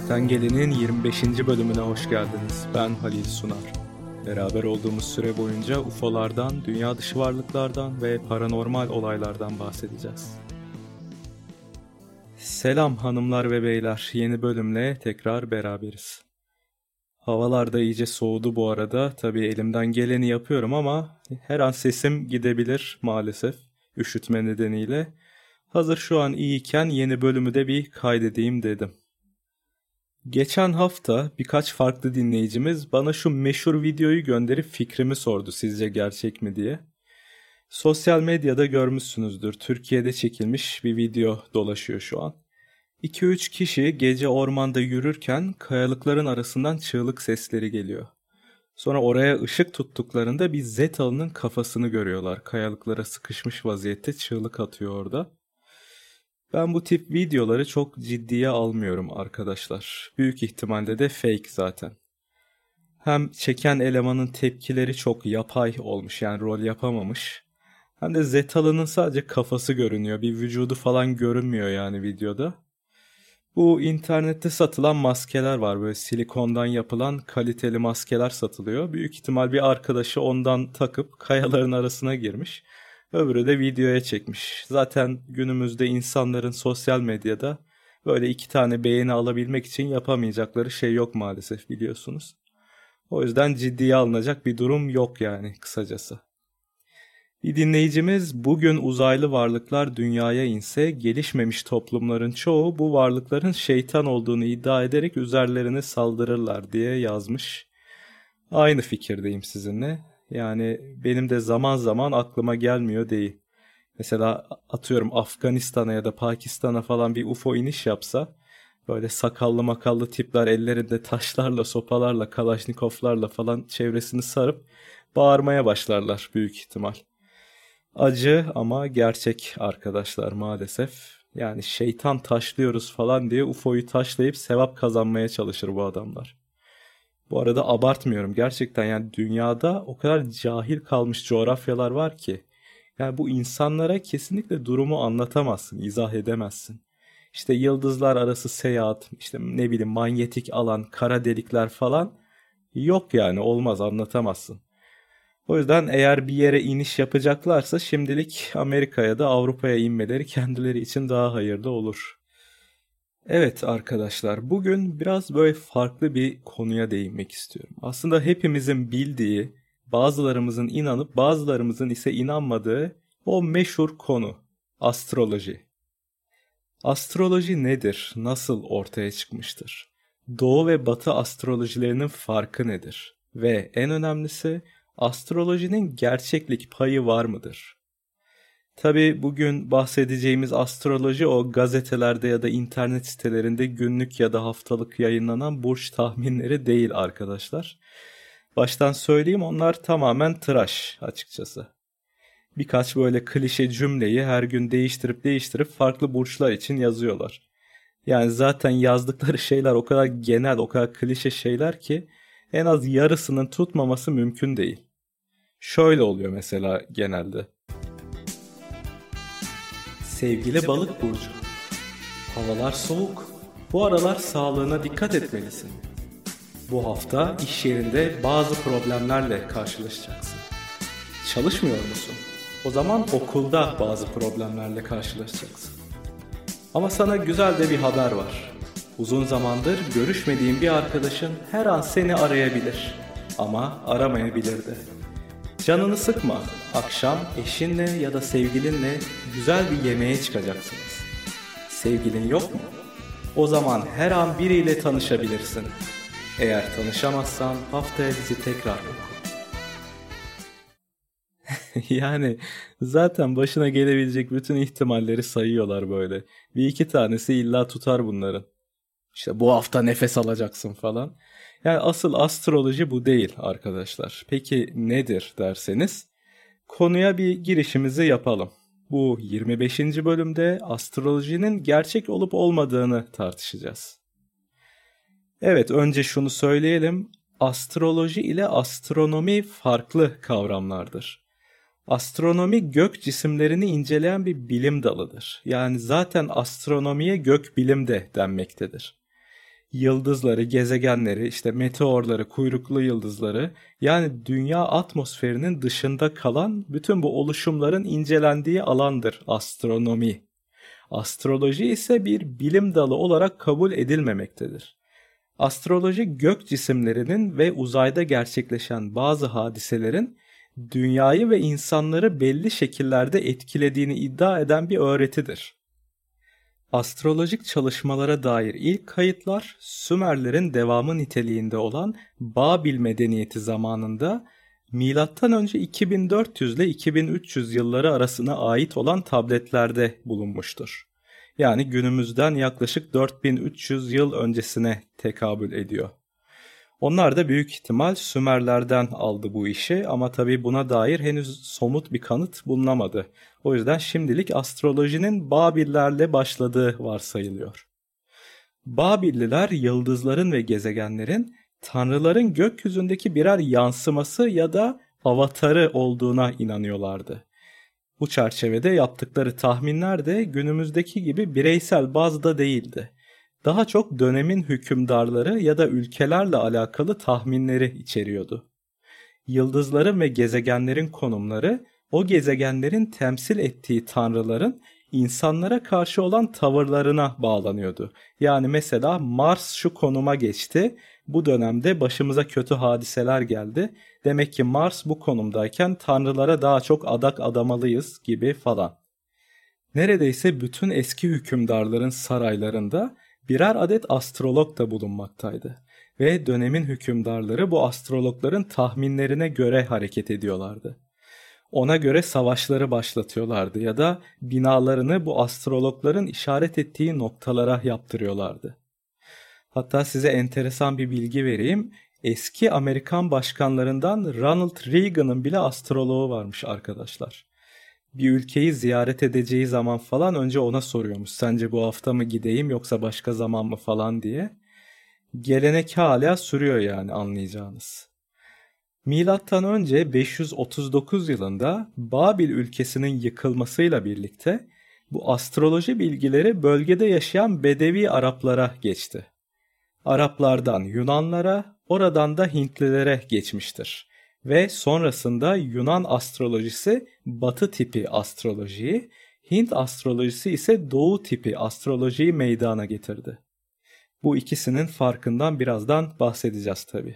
Elimden Gelen'in 25. bölümüne hoş geldiniz. Ben Halil Sunar. Beraber olduğumuz süre boyunca UFO'lardan, dünya dışı varlıklardan ve paranormal olaylardan bahsedeceğiz. Selam hanımlar ve beyler, yeni bölümle tekrar beraberiz. Havalar da iyice soğudu bu arada. Tabii elimden geleni yapıyorum ama her an sesim gidebilir maalesef üşütme nedeniyle. Hazır şu an iyiyken yeni bölümü de bir kaydedeyim dedim. Geçen hafta birkaç farklı dinleyicimiz bana şu meşhur videoyu gönderip fikrimi sordu sizce gerçek mi diye. Sosyal medyada görmüşsünüzdür. Türkiye'de çekilmiş bir video dolaşıyor şu an. 2-3 kişi gece ormanda yürürken kayalıkların arasından çığlık sesleri geliyor. Sonra oraya ışık tuttuklarında bir Zetalı'nın kafasını görüyorlar. Kayalıklara sıkışmış vaziyette çığlık atıyor orada. Ben bu tip videoları çok ciddiye almıyorum arkadaşlar. Büyük ihtimalle de fake zaten. Hem çeken elemanın tepkileri çok yapay olmuş, yani rol yapamamış. Hem de Zetalı'nın sadece kafası görünüyor. Bir vücudu falan görünmüyor yani videoda. Bu internette satılan maskeler var. Böyle silikondan yapılan kaliteli maskeler satılıyor. Büyük ihtimal bir arkadaşı ondan takıp kayaların arasına girmiş. Öbürü de videoya çekmiş. Zaten günümüzde insanların sosyal medyada böyle 2 tane beğeni alabilmek için yapamayacakları şey yok maalesef, biliyorsunuz. O yüzden ciddiye alınacak bir durum yok yani kısacası. Bir dinleyicimiz bugün uzaylı varlıklar dünyaya inse gelişmemiş toplumların çoğu bu varlıkların şeytan olduğunu iddia ederek üzerlerine saldırırlar diye yazmış. Aynı fikirdeyim sizinle. Yani benim de zaman zaman aklıma gelmiyor değil. Mesela atıyorum Afganistan'a ya da Pakistan'a falan bir UFO iniş yapsa, böyle sakallı makallı tipler ellerinde taşlarla, sopalarla, kalaşnikovlarla falan çevresini sarıp bağırmaya başlarlar büyük ihtimal. Acı ama gerçek arkadaşlar maalesef. Yani şeytan taşlıyoruz falan diye UFO'yu taşlayıp sevap kazanmaya çalışır bu adamlar. Bu arada abartmıyorum gerçekten, yani dünyada o kadar cahil kalmış coğrafyalar var ki. Yani bu insanlara kesinlikle durumu anlatamazsın, izah edemezsin. İşte yıldızlar arası seyahat, işte ne bileyim manyetik alan, kara delikler falan yok yani, olmaz, anlatamazsın. O yüzden eğer bir yere iniş yapacaklarsa şimdilik Amerika'ya da Avrupa'ya inmeleri kendileri için daha hayırlı olur. Evet arkadaşlar, bugün biraz böyle farklı bir konuya değinmek istiyorum. Aslında hepimizin bildiği, bazılarımızın inanıp bazılarımızın ise inanmadığı o meşhur konu, astroloji. Astroloji nedir? Nasıl ortaya çıkmıştır? Doğu ve Batı astrolojilerinin farkı nedir? Ve en önemlisi, astrolojinin gerçeklik payı var mıdır? Tabii bugün bahsedeceğimiz astroloji o gazetelerde ya da internet sitelerinde günlük ya da haftalık yayınlanan burç tahminleri değil arkadaşlar. Baştan söyleyeyim, onlar tamamen tıraş açıkçası. Birkaç böyle klişe cümleyi her gün değiştirip farklı burçlar için yazıyorlar. Yani zaten yazdıkları şeyler o kadar genel, o kadar klişe şeyler ki en az yarısının tutmaması mümkün değil. Şöyle oluyor mesela genelde. Sevgili balık burcu, havalar soğuk. Bu aralar sağlığına dikkat etmelisin. Bu hafta iş yerinde bazı problemlerle karşılaşacaksın. Çalışmıyor musun? O zaman okulda bazı problemlerle karşılaşacaksın. Ama sana güzel de bir haber var. Uzun zamandır görüşmediğin bir arkadaşın her an seni arayabilir. Ama aramayabilir de. Canını sıkma. Akşam eşinle ya da sevgilinle güzel bir yemeğe çıkacaksınız. Sevgilin yok mu? O zaman her an biriyle tanışabilirsin. Eğer tanışamazsan haftaya bizi tekrar oku. Yani zaten başına gelebilecek bütün ihtimalleri sayıyorlar böyle. Bir iki tanesi illa tutar bunların. İşte bu hafta nefes alacaksın falan. Yani asıl astroloji bu değil arkadaşlar. Peki nedir derseniz, konuya bir girişimizi yapalım. Bu 25. bölümde astrolojinin gerçek olup olmadığını tartışacağız. Evet, önce şunu söyleyelim. Astroloji ile astronomi farklı kavramlardır. Astronomi gök cisimlerini inceleyen bir bilim dalıdır. Yani zaten astronomiye gök bilim de denmektedir. Yıldızları, gezegenleri, işte meteorları, kuyruklu yıldızları, yani dünya atmosferinin dışında kalan bütün bu oluşumların incelendiği alandır astronomi. Astroloji ise bir bilim dalı olarak kabul edilmemektedir. Astroloji gök cisimlerinin ve uzayda gerçekleşen bazı hadiselerin dünyayı ve insanları belli şekillerde etkilediğini iddia eden bir öğretidir. Astrolojik çalışmalara dair ilk kayıtlar Sümerlerin devamı niteliğinde olan Babil medeniyeti zamanında M.Ö. 2400 ile 2300 yılları arasına ait olan tabletlerde bulunmuştur. Yani günümüzden yaklaşık 4300 yıl öncesine tekabül ediyor. Onlar da büyük ihtimal Sümerlerden aldı bu işi ama tabii buna dair henüz somut bir kanıt bulunamadı. O yüzden şimdilik astrolojinin Babillerle başladığı varsayılıyor. Babilliler yıldızların ve gezegenlerin tanrıların gökyüzündeki birer yansıması ya da avatarı olduğuna inanıyorlardı. Bu çerçevede yaptıkları tahminler de günümüzdeki gibi bireysel bazda değildi. Daha çok dönemin hükümdarları ya da ülkelerle alakalı tahminleri içeriyordu. Yıldızların ve gezegenlerin konumları, o gezegenlerin temsil ettiği tanrıların insanlara karşı olan tavırlarına bağlanıyordu. Yani mesela Mars şu konuma geçti, bu dönemde başımıza kötü hadiseler geldi. Demek ki Mars bu konumdayken tanrılara daha çok adak adamalıyız gibi falan. Neredeyse bütün eski hükümdarların saraylarında birer adet astrolog da bulunmaktaydı ve dönemin hükümdarları bu astrologların tahminlerine göre hareket ediyorlardı. Ona göre savaşları başlatıyorlardı ya da binalarını bu astrologların işaret ettiği noktalara yaptırıyorlardı. Hatta size enteresan bir bilgi vereyim. Eski Amerikan başkanlarından Ronald Reagan'ın bile astroloğu varmış arkadaşlar. Bir ülkeyi ziyaret edeceği zaman falan önce ona soruyormuş. Sence bu hafta mı gideyim yoksa başka zaman mı falan diye. Gelenek hala sürüyor yani, anlayacağınız. Milattan önce 539 yılında Babil ülkesinin yıkılmasıyla birlikte bu astroloji bilgileri bölgede yaşayan Bedevi Araplara geçti. Araplardan Yunanlara, oradan da Hintlilere geçmiştir. Ve sonrasında Yunan astrolojisi Batı tipi astrolojiyi, Hint astrolojisi ise Doğu tipi astrolojiyi meydana getirdi. Bu ikisinin farkından birazdan bahsedeceğiz tabii.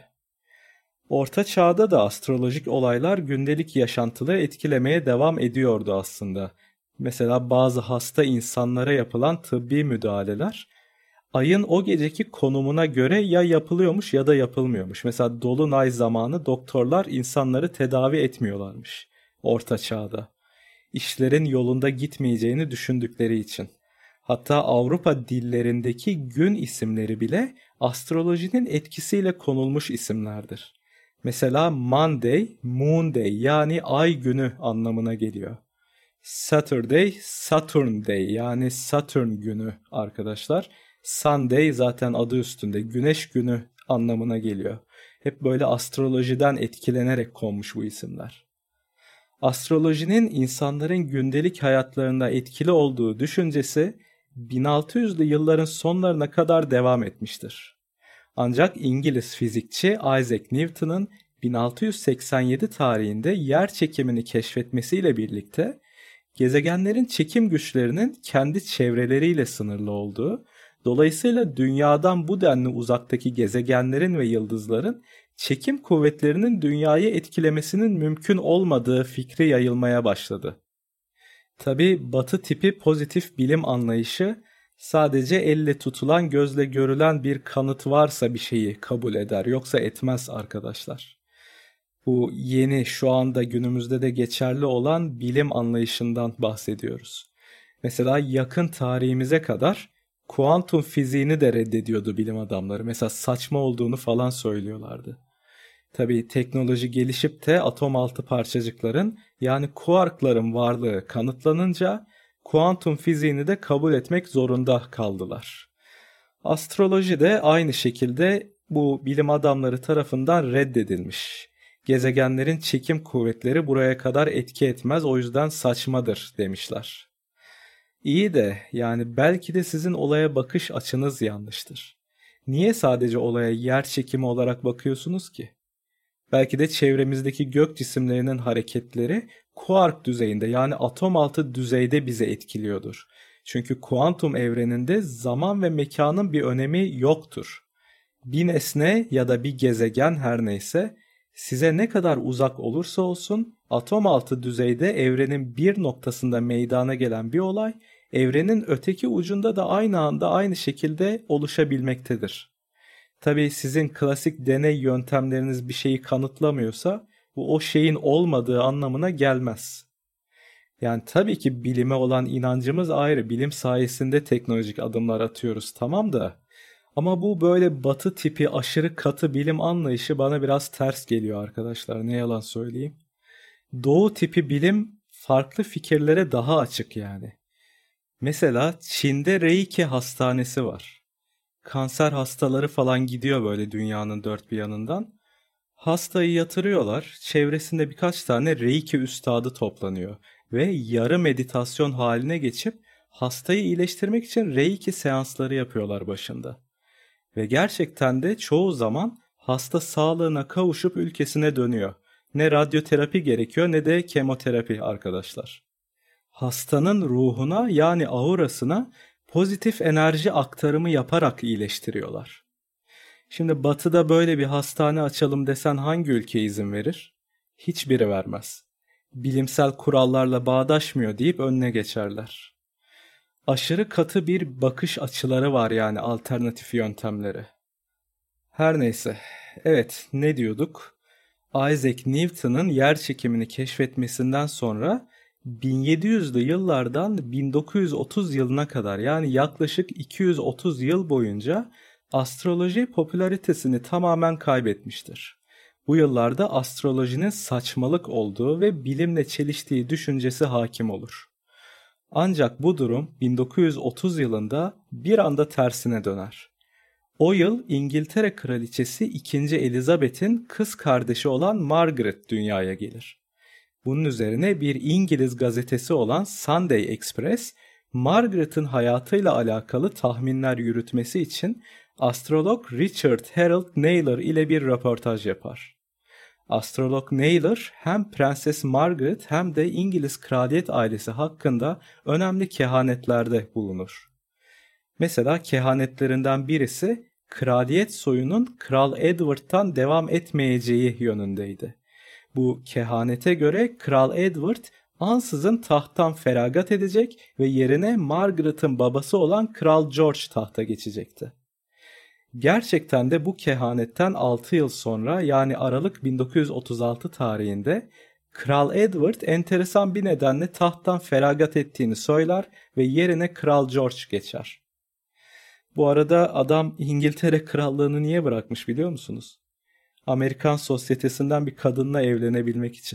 Orta Çağ'da da astrolojik olaylar gündelik yaşantıları etkilemeye devam ediyordu aslında. Mesela bazı hasta insanlara yapılan tıbbi müdahaleler ayın o geceki konumuna göre ya yapılıyormuş ya da yapılmıyormuş. Mesela dolunay zamanı doktorlar insanları tedavi etmiyorlarmış Orta Çağ'da. İşlerin yolunda gitmeyeceğini düşündükleri için. Hatta Avrupa dillerindeki gün isimleri bile astrolojinin etkisiyle konulmuş isimlerdir. Mesela Monday, Moon Day yani ay günü anlamına geliyor. Saturday, Saturn Day yani Satürn günü arkadaşlar. Sunday zaten adı üstünde güneş günü anlamına geliyor. Hep böyle astrolojiden etkilenerek konmuş bu isimler. Astrolojinin insanların gündelik hayatlarında etkili olduğu düşüncesi 1600'lü yılların sonlarına kadar devam etmiştir. Ancak İngiliz fizikçi Isaac Newton'un 1687 tarihinde yer çekimini keşfetmesiyle birlikte gezegenlerin çekim güçlerinin kendi çevreleriyle sınırlı olduğu, dolayısıyla dünyadan bu denli uzaktaki gezegenlerin ve yıldızların çekim kuvvetlerinin dünyayı etkilemesinin mümkün olmadığı fikri yayılmaya başladı. Tabi Batı tipi pozitif bilim anlayışı sadece elle tutulan, gözle görülen bir kanıt varsa bir şeyi kabul eder, yoksa etmez arkadaşlar. Bu yeni, şu anda günümüzde de geçerli olan bilim anlayışından bahsediyoruz. Mesela yakın tarihimize kadar kuantum fiziğini de reddediyordu bilim adamları. Mesela saçma olduğunu falan söylüyorlardı. Tabii teknoloji gelişip de atom altı parçacıkların yani kuarkların varlığı kanıtlanınca kuantum fiziğini de kabul etmek zorunda kaldılar. Astroloji de aynı şekilde bu bilim adamları tarafından reddedilmiş. Gezegenlerin çekim kuvvetleri buraya kadar etki etmez, o yüzden saçmadır demişler. İyi de yani belki de sizin olaya bakış açınız yanlıştır. Niye sadece olaya yer çekimi olarak bakıyorsunuz ki? Belki de çevremizdeki gök cisimlerinin hareketleri kuark düzeyinde yani atom altı düzeyde bizi etkiliyordur. Çünkü kuantum evreninde zaman ve mekanın bir önemi yoktur. Bir nesne ya da bir gezegen her neyse size ne kadar uzak olursa olsun atom altı düzeyde evrenin bir noktasında meydana gelen bir olay evrenin öteki ucunda da aynı anda aynı şekilde oluşabilmektedir. Tabii sizin klasik deney yöntemleriniz bir şeyi kanıtlamıyorsa bu o şeyin olmadığı anlamına gelmez. Yani tabii ki bilime olan inancımız ayrı. Bilim sayesinde teknolojik adımlar atıyoruz, tamam da. Ama bu böyle batı tipi aşırı katı bilim anlayışı bana biraz ters geliyor arkadaşlar. Ne yalan söyleyeyim. Doğu tipi bilim farklı fikirlere daha açık yani. Mesela Çin'de Reiki hastanesi var. Kanser hastaları falan gidiyor böyle dünyanın dört bir yanından. Hastayı yatırıyorlar. Çevresinde birkaç tane Reiki üstadı toplanıyor. Ve yarı meditasyon haline geçip hastayı iyileştirmek için Reiki seansları yapıyorlar başında. Ve gerçekten de çoğu zaman hasta sağlığına kavuşup ülkesine dönüyor. Ne radyoterapi gerekiyor ne de kemoterapi arkadaşlar. Hastanın ruhuna yani aurasına pozitif enerji aktarımı yaparak iyileştiriyorlar. Şimdi Batı'da böyle bir hastane açalım desen hangi ülke izin verir? Hiçbiri vermez. Bilimsel kurallarla bağdaşmıyor deyip önüne geçerler. Aşırı katı bir bakış açıları var yani alternatif yöntemleri. Her neyse, evet ne diyorduk? Isaac Newton'un yer çekimini keşfetmesinden sonra 1700'lü yıllardan 1930 yılına kadar yani yaklaşık 230 yıl boyunca astroloji popülaritesini tamamen kaybetmiştir. Bu yıllarda astrolojinin saçmalık olduğu ve bilimle çeliştiği düşüncesi hakim olur. Ancak bu durum 1930 yılında bir anda tersine döner. O yıl İngiltere Kraliçesi 2. Elizabeth'in kız kardeşi olan Margaret dünyaya gelir. Bunun üzerine bir İngiliz gazetesi olan Sunday Express, Margaret'ın hayatıyla alakalı tahminler yürütmesi için astrolog Richard Harold Naylor ile bir röportaj yapar. Astrolog Naylor hem Prenses Margaret hem de İngiliz kraliyet ailesi hakkında önemli kehanetlerde bulunur. Mesela kehanetlerinden birisi kraliyet soyunun Kral Edward'tan devam etmeyeceği yönündeydi. Bu kehanete göre Kral Edward ansızın tahttan feragat edecek ve yerine Margaret'ın babası olan Kral George tahta geçecekti. Gerçekten de bu kehanetten 6 yıl sonra yani Aralık 1936 tarihinde Kral Edward enteresan bir nedenle tahttan feragat ettiğini söyler ve yerine Kral George geçer. Bu arada adam İngiltere krallığını niye bırakmış biliyor musunuz? Amerikan sosyetesinden bir kadınla evlenebilmek için.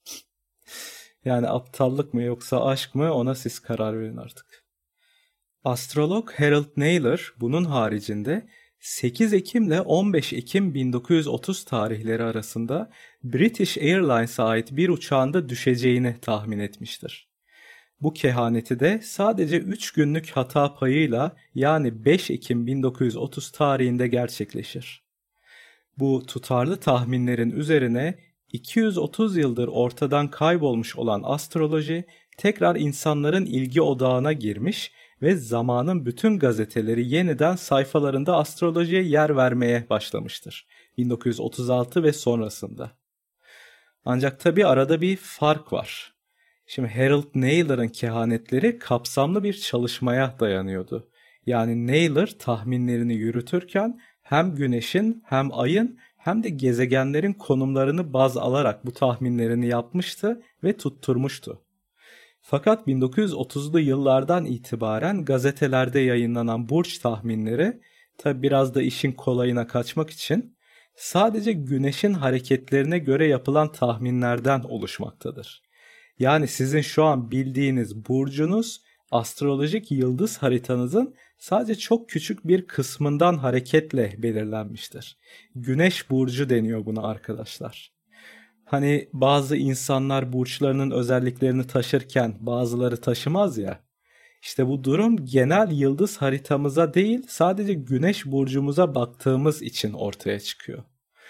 Yani aptallık mı yoksa aşk mı ona siz karar verin artık. Astrolog Harold Naylor bunun haricinde 8 Ekim ile 15 Ekim 1930 tarihleri arasında British Airlines'a ait bir uçağında düşeceğini tahmin etmiştir. Bu kehaneti de sadece 3 günlük hata payıyla yani 5 Ekim 1930 tarihinde gerçekleşir. Bu tutarlı tahminlerin üzerine 230 yıldır ortadan kaybolmuş olan astroloji tekrar insanların ilgi odağına girmiş ve zamanın bütün gazeteleri yeniden sayfalarında astrolojiye yer vermeye başlamıştır. 1936 ve sonrasında. Ancak tabii arada bir fark var. Şimdi Harold Naylor'ın kehanetleri kapsamlı bir çalışmaya dayanıyordu. Yani Naylor tahminlerini yürütürken hem güneşin hem ayın hem de gezegenlerin konumlarını baz alarak bu tahminlerini yapmıştı ve tutturmuştu. Fakat 1930'lu yıllardan itibaren gazetelerde yayınlanan burç tahminleri tabi biraz da işin kolayına kaçmak için sadece güneşin hareketlerine göre yapılan tahminlerden oluşmaktadır. Yani sizin şu an bildiğiniz burcunuz astrolojik yıldız haritanızın sadece çok küçük bir kısmından hareketle belirlenmiştir. Güneş burcu deniyor buna arkadaşlar. Hani bazı insanlar burçlarının özelliklerini taşırken bazıları taşımaz ya. İşte bu durum genel yıldız haritamıza değil, sadece güneş burcumuza baktığımız için ortaya çıkıyor.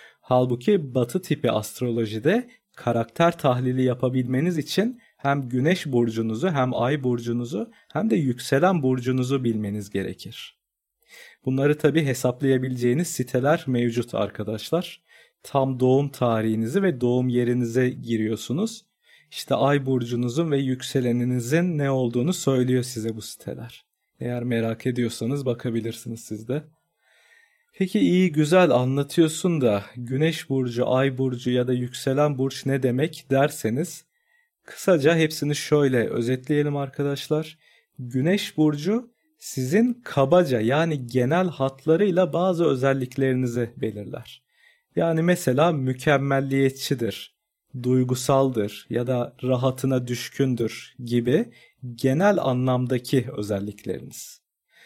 Halbuki batı tipi astrolojide karakter tahlili yapabilmeniz için hem güneş burcunuzu hem ay burcunuzu hem de yükselen burcunuzu bilmeniz gerekir. Bunları tabii hesaplayabileceğiniz siteler mevcut arkadaşlar. Tam doğum tarihinizi ve doğum yerinize giriyorsunuz. İşte ay burcunuzun ve yükseleninizin ne olduğunu söylüyor size bu siteler. Eğer merak ediyorsanız bakabilirsiniz siz de. Peki iyi güzel anlatıyorsun da güneş burcu, ay burcu ya da yükselen burç ne demek derseniz kısaca hepsini şöyle özetleyelim arkadaşlar. Güneş burcu sizin kabaca yani genel hatlarıyla bazı özelliklerinizi belirler. Yani mesela mükemmelliyetçidir, duygusaldır ya da rahatına düşkündür gibi genel anlamdaki özellikleriniz.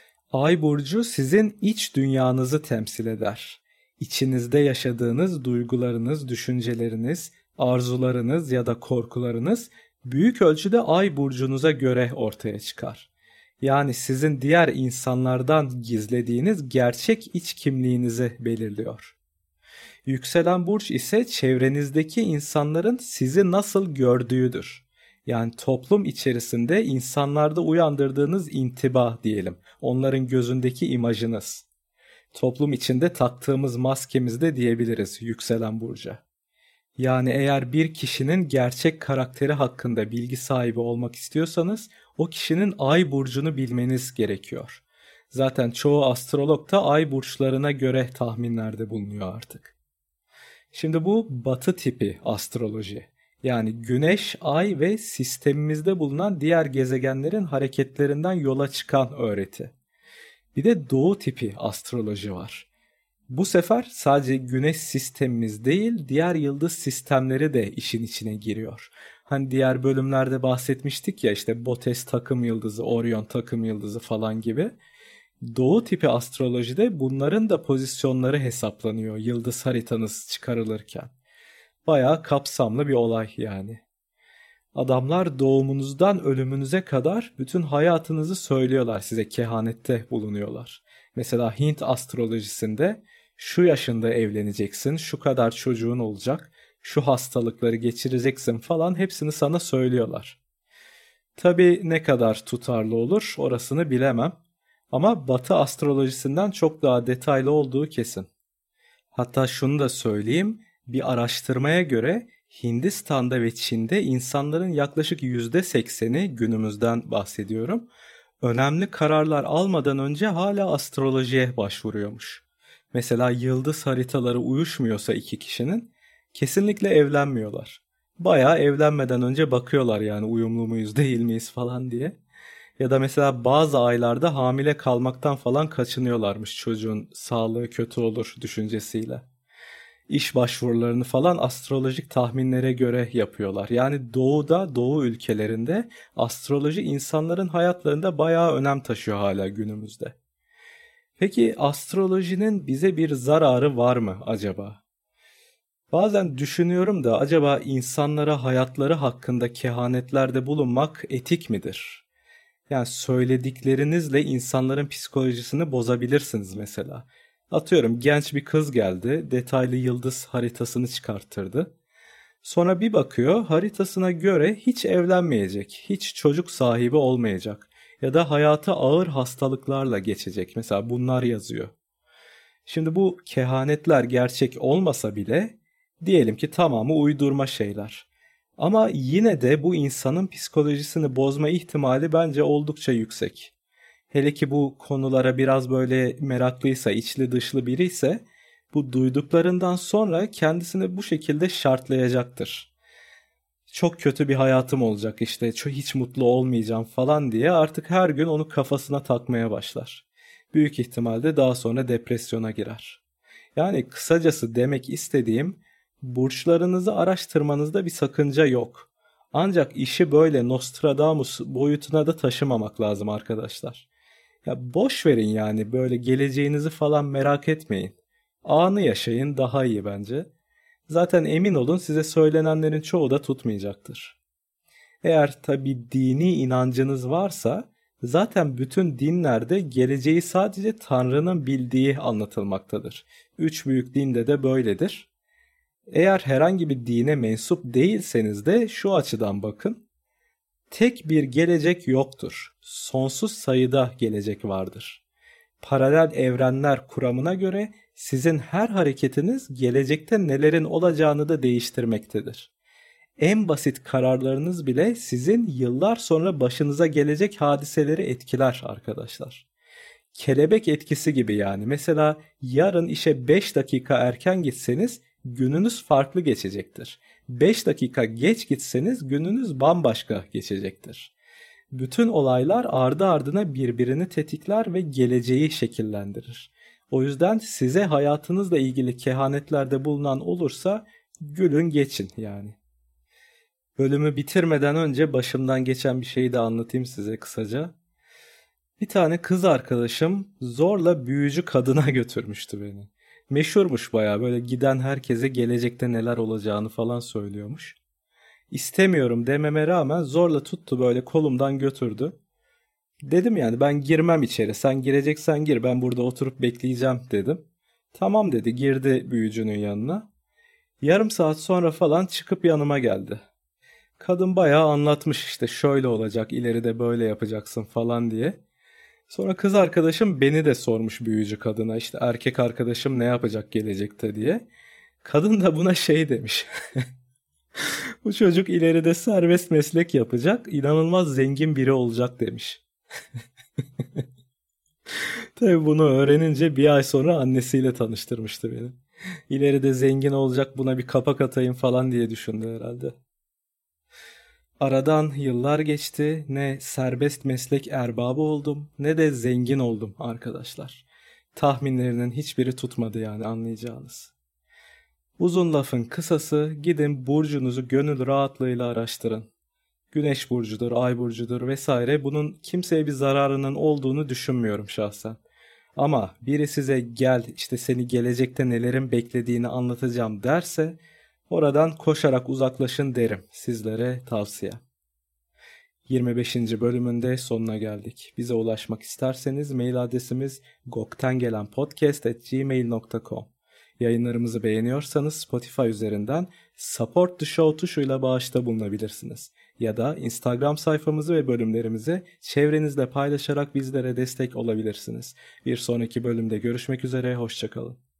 Ay burcu sizin iç dünyanızı temsil eder. İçinizde yaşadığınız duygularınız, düşünceleriniz, arzularınız ya da korkularınız büyük ölçüde ay burcunuza göre ortaya çıkar. Yani sizin diğer insanlardan gizlediğiniz gerçek iç kimliğinizi belirliyor. Yükselen burç ise çevrenizdeki insanların sizi nasıl gördüğüdür. Yani toplum içerisinde insanlarda uyandırdığınız intiba diyelim. Onların gözündeki imajınız. Toplum içinde taktığımız maskemiz de diyebiliriz yükselen burca. Yani eğer bir kişinin gerçek karakteri hakkında bilgi sahibi olmak istiyorsanız o kişinin ay burcunu bilmeniz gerekiyor. Zaten çoğu astrolog da ay burçlarına göre tahminlerde bulunuyor artık. Şimdi bu batı tipi astroloji. Yani güneş, ay ve sistemimizde bulunan diğer gezegenlerin hareketlerinden yola çıkan öğreti. Bir de doğu tipi astroloji var. Bu sefer sadece güneş sistemimiz değil, diğer yıldız sistemleri de işin içine giriyor. Hani diğer bölümlerde bahsetmiştik ya işte Botes takım yıldızı, Orion takım yıldızı falan gibi. Doğu tipi astrolojide bunların da pozisyonları hesaplanıyor yıldız haritanız çıkarılırken. Bayağı kapsamlı bir olay yani. Adamlar doğumunuzdan ölümünüze kadar bütün hayatınızı söylüyorlar size, kehanette bulunuyorlar. Mesela Hint astrolojisinde şu yaşında evleneceksin, şu kadar çocuğun olacak, şu hastalıkları geçireceksin falan hepsini sana söylüyorlar. Tabii ne kadar tutarlı olur orasını bilemem. Ama Batı astrolojisinden çok daha detaylı olduğu kesin. Hatta şunu da söyleyeyim, bir araştırmaya göre Hindistan'da ve Çin'de insanların yaklaşık %80'i, günümüzden bahsediyorum, önemli kararlar almadan önce hala astrolojiye başvuruyormuş. Mesela yıldız haritaları uyuşmuyorsa iki kişinin kesinlikle evlenmiyorlar. Bayağı evlenmeden önce bakıyorlar yani uyumlu muyuz değil miyiz falan diye. Ya da mesela bazı aylarda hamile kalmaktan falan kaçınıyorlarmış çocuğun sağlığı kötü olur düşüncesiyle. İş başvurularını falan astrolojik tahminlere göre yapıyorlar. Yani doğuda, doğu ülkelerinde astroloji insanların hayatlarında bayağı önem taşıyor hala günümüzde. Peki astrolojinin bize bir zararı var mı acaba? Bazen düşünüyorum da acaba insanlara hayatları hakkında kehanetlerde bulunmak etik midir? Yani söylediklerinizle insanların psikolojisini bozabilirsiniz mesela. Atıyorum genç bir kız geldi, detaylı yıldız haritasını çıkarttırdı. Sonra bir bakıyor haritasına göre hiç evlenmeyecek, hiç çocuk sahibi olmayacak ya da hayatı ağır hastalıklarla geçecek. Mesela bunlar yazıyor. Şimdi bu kehanetler gerçek olmasa bile diyelim ki tamamı uydurma şeyler. Ama yine de bu insanın psikolojisini bozma ihtimali bence oldukça yüksek. Hele ki bu konulara biraz böyle meraklıysa, içli dışlı biri ise bu duyduklarından sonra kendisini bu şekilde şartlayacaktır. Çok kötü bir hayatım olacak işte, hiç mutlu olmayacağım falan diye artık her gün onu kafasına takmaya başlar. Büyük ihtimalle daha sonra depresyona girer. Yani kısacası demek istediğim, burçlarınızı araştırmanızda bir sakınca yok. Ancak işi böyle Nostradamus boyutuna da taşımamak lazım arkadaşlar. Ya boş verin yani, böyle geleceğinizi falan merak etmeyin. Anı yaşayın, daha iyi bence. Zaten emin olun size söylenenlerin çoğu da tutmayacaktır. Eğer tabii dini inancınız varsa Zaten bütün dinlerde geleceği sadece Tanrı'nın bildiği anlatılmaktadır. Üç büyük dinde de böyledir. Eğer herhangi bir dine mensup değilseniz de şu açıdan bakın. Tek bir gelecek yoktur. Sonsuz sayıda gelecek vardır. Paralel evrenler kuramına göre sizin her hareketiniz gelecekte nelerin olacağını da değiştirmektedir. En basit kararlarınız bile sizin yıllar sonra başınıza gelecek hadiseleri etkiler arkadaşlar. Kelebek etkisi gibi yani. Mesela yarın işe 5 dakika erken gitseniz gününüz farklı geçecektir. 5 dakika geç gitseniz gününüz bambaşka geçecektir. Bütün olaylar ardı ardına birbirini tetikler ve geleceği şekillendirir. O yüzden size hayatınızla ilgili kehanetlerde bulunan olursa gülün geçin yani. Bölümü bitirmeden önce başımdan geçen bir şeyi de anlatayım size kısaca. Bir tane kız arkadaşım zorla büyücü kadına götürmüştü beni. Meşhurmuş bayağı, böyle giden herkese gelecekte neler olacağını falan söylüyormuş. İstemiyorum dememe rağmen zorla tuttu, böyle kolumdan götürdü. Dedim yani ben girmem içeri, sen gireceksen gir, ben burada oturup bekleyeceğim dedim. Tamam dedi, girdi büyücünün yanına. Yarım saat sonra falan çıkıp yanıma geldi. Kadın bayağı anlatmış, işte şöyle olacak, ileride böyle yapacaksın falan diye. Sonra kız arkadaşım beni de sormuş büyücü kadına, işte erkek arkadaşım ne yapacak gelecekte diye. Kadın da buna şey demiş. Bu çocuk ileride serbest meslek yapacak, inanılmaz zengin biri olacak demiş. Tabii bunu öğrenince bir ay sonra annesiyle tanıştırmıştı beni. İleride zengin olacak, buna bir kapak atayım falan diye düşündü herhalde. Aradan yıllar geçti, ne serbest meslek erbabı oldum ne de zengin oldum arkadaşlar. Tahminlerinin hiçbiri tutmadı yani, anlayacağınız. Uzun lafın kısası, gidin burcunuzu gönül rahatlığıyla araştırın. Güneş burcudur, ay burcudur vesaire, bunun kimseye bir zararının olduğunu düşünmüyorum şahsen. Ama biri size gel işte seni gelecekte nelerin beklediğini anlatacağım derse oradan koşarak uzaklaşın derim, sizlere tavsiye. 25. bölümünde sonuna geldik. Bize ulaşmak isterseniz mail adresimiz goktengelenpodcast@gmail.com. Yayınlarımızı beğeniyorsanız Spotify üzerinden Support the Show tuşuyla bağışta bulunabilirsiniz. Ya da Instagram sayfamızı ve bölümlerimizi çevrenizle paylaşarak bizlere destek olabilirsiniz. Bir sonraki bölümde görüşmek üzere, hoşça kalın.